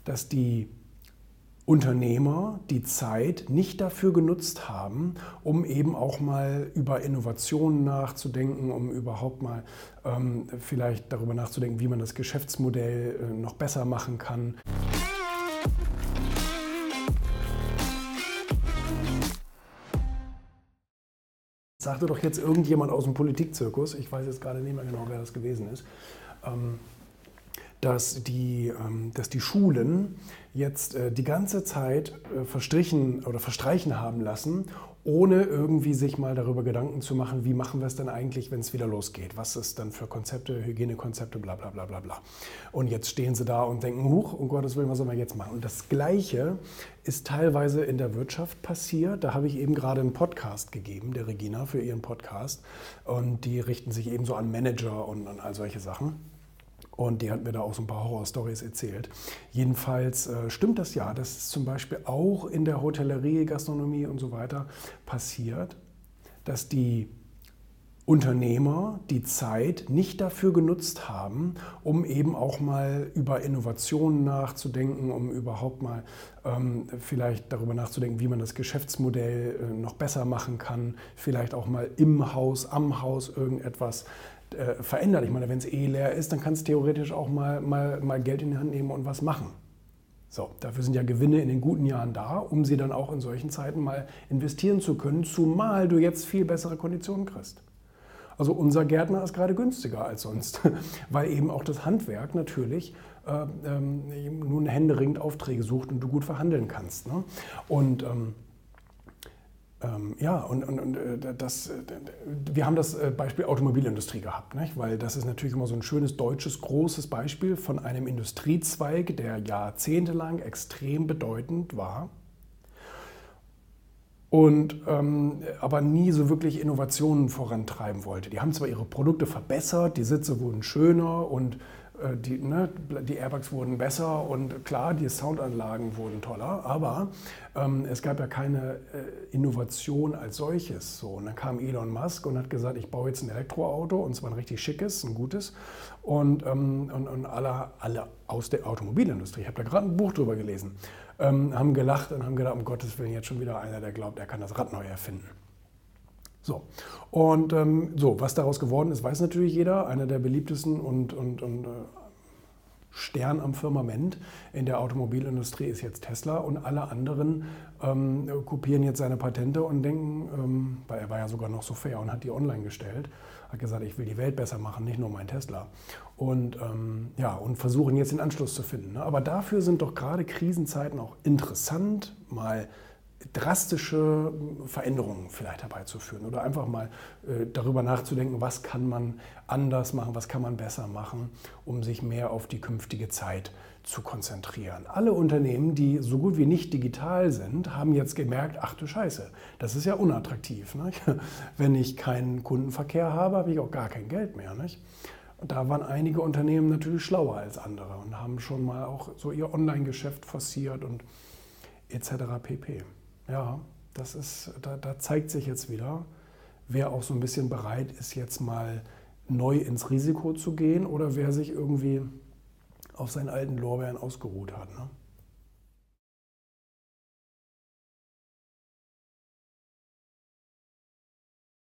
dass die Unternehmer die Zeit nicht dafür genutzt haben, um eben auch mal über Innovationen nachzudenken, um überhaupt mal vielleicht darüber nachzudenken, wie man das Geschäftsmodell noch besser machen kann. Sagte doch jetzt irgendjemand aus dem Politikzirkus, ich weiß jetzt gerade nicht mehr genau, wer das gewesen ist, dass die Schulen jetzt die ganze Zeit verstreichen haben lassen, ohne irgendwie sich mal darüber Gedanken zu machen, wie machen wir es denn eigentlich, wenn es wieder losgeht? Was ist dann für Konzepte, Hygienekonzepte, bla bla bla bla bla. Und jetzt stehen sie da und denken, huch, um Gottes Willen, was sollen wir jetzt machen? Und das Gleiche ist teilweise in der Wirtschaft passiert. Da habe ich eben gerade einen Podcast gegeben, der Regina, für ihren Podcast. Und die richten sich eben so an Manager und all solche Sachen. Und die hat mir da auch so ein paar Horror-Stories erzählt. Jedenfalls stimmt das ja, dass es zum Beispiel auch in der Hotellerie, Gastronomie und so weiter passiert, dass die Unternehmer die Zeit nicht dafür genutzt haben, um eben auch mal über Innovationen nachzudenken, um überhaupt mal vielleicht darüber nachzudenken, wie man das Geschäftsmodell noch besser machen kann, vielleicht auch mal im Haus, am Haus irgendetwas verändert. Ich meine, wenn es leer ist, dann kannst du theoretisch auch mal Geld in die Hand nehmen und was machen. So, dafür sind ja Gewinne in den guten Jahren da, um sie dann auch in solchen Zeiten mal investieren zu können, zumal du jetzt viel bessere Konditionen kriegst. Also unser Gärtner ist gerade günstiger als sonst, weil eben auch das Handwerk natürlich nun händeringend Aufträge sucht und du gut verhandeln kannst. Ne? Und wir haben das Beispiel Automobilindustrie gehabt, nicht? Weil das ist natürlich immer so ein schönes deutsches, großes Beispiel von einem Industriezweig, der jahrzehntelang extrem bedeutend war und aber nie so wirklich Innovationen vorantreiben wollte. Die haben zwar ihre Produkte verbessert, die Sitze wurden schöner und die Airbags wurden besser und klar, die Soundanlagen wurden toller, aber es gab ja keine Innovation als solches. So, und dann kam Elon Musk und hat gesagt, ich baue jetzt ein Elektroauto und zwar ein richtig schickes, ein gutes. Und alle aus der Automobilindustrie, ich habe da gerade ein Buch drüber gelesen, haben gelacht und haben gedacht, um Gottes Willen, jetzt schon wieder einer, der glaubt, er kann das Rad neu erfinden. So, und was daraus geworden ist, weiß natürlich jeder. Einer der beliebtesten und Stern am Firmament in der Automobilindustrie ist jetzt Tesla und alle anderen kopieren jetzt seine Patente und denken, weil er war ja sogar noch so fair und hat die online gestellt, hat gesagt, ich will die Welt besser machen, nicht nur mein Tesla. Und versuchen jetzt den Anschluss zu finden. Ne? Aber dafür sind doch gerade Krisenzeiten auch interessant, mal drastische Veränderungen vielleicht herbeizuführen oder einfach mal darüber nachzudenken, was kann man anders machen, was kann man besser machen, um sich mehr auf die künftige Zeit zu konzentrieren. Alle Unternehmen, die so gut wie nicht digital sind, haben jetzt gemerkt, ach du Scheiße, das ist ja unattraktiv. Ne? Wenn ich keinen Kundenverkehr habe, habe ich auch gar kein Geld mehr. Nicht? Und da waren einige Unternehmen natürlich schlauer als andere und haben schon mal auch so ihr Online-Geschäft forciert und etc. pp. Ja, da zeigt sich jetzt wieder, wer auch so ein bisschen bereit ist, jetzt mal neu ins Risiko zu gehen oder wer sich irgendwie auf seinen alten Lorbeeren ausgeruht hat. Ne?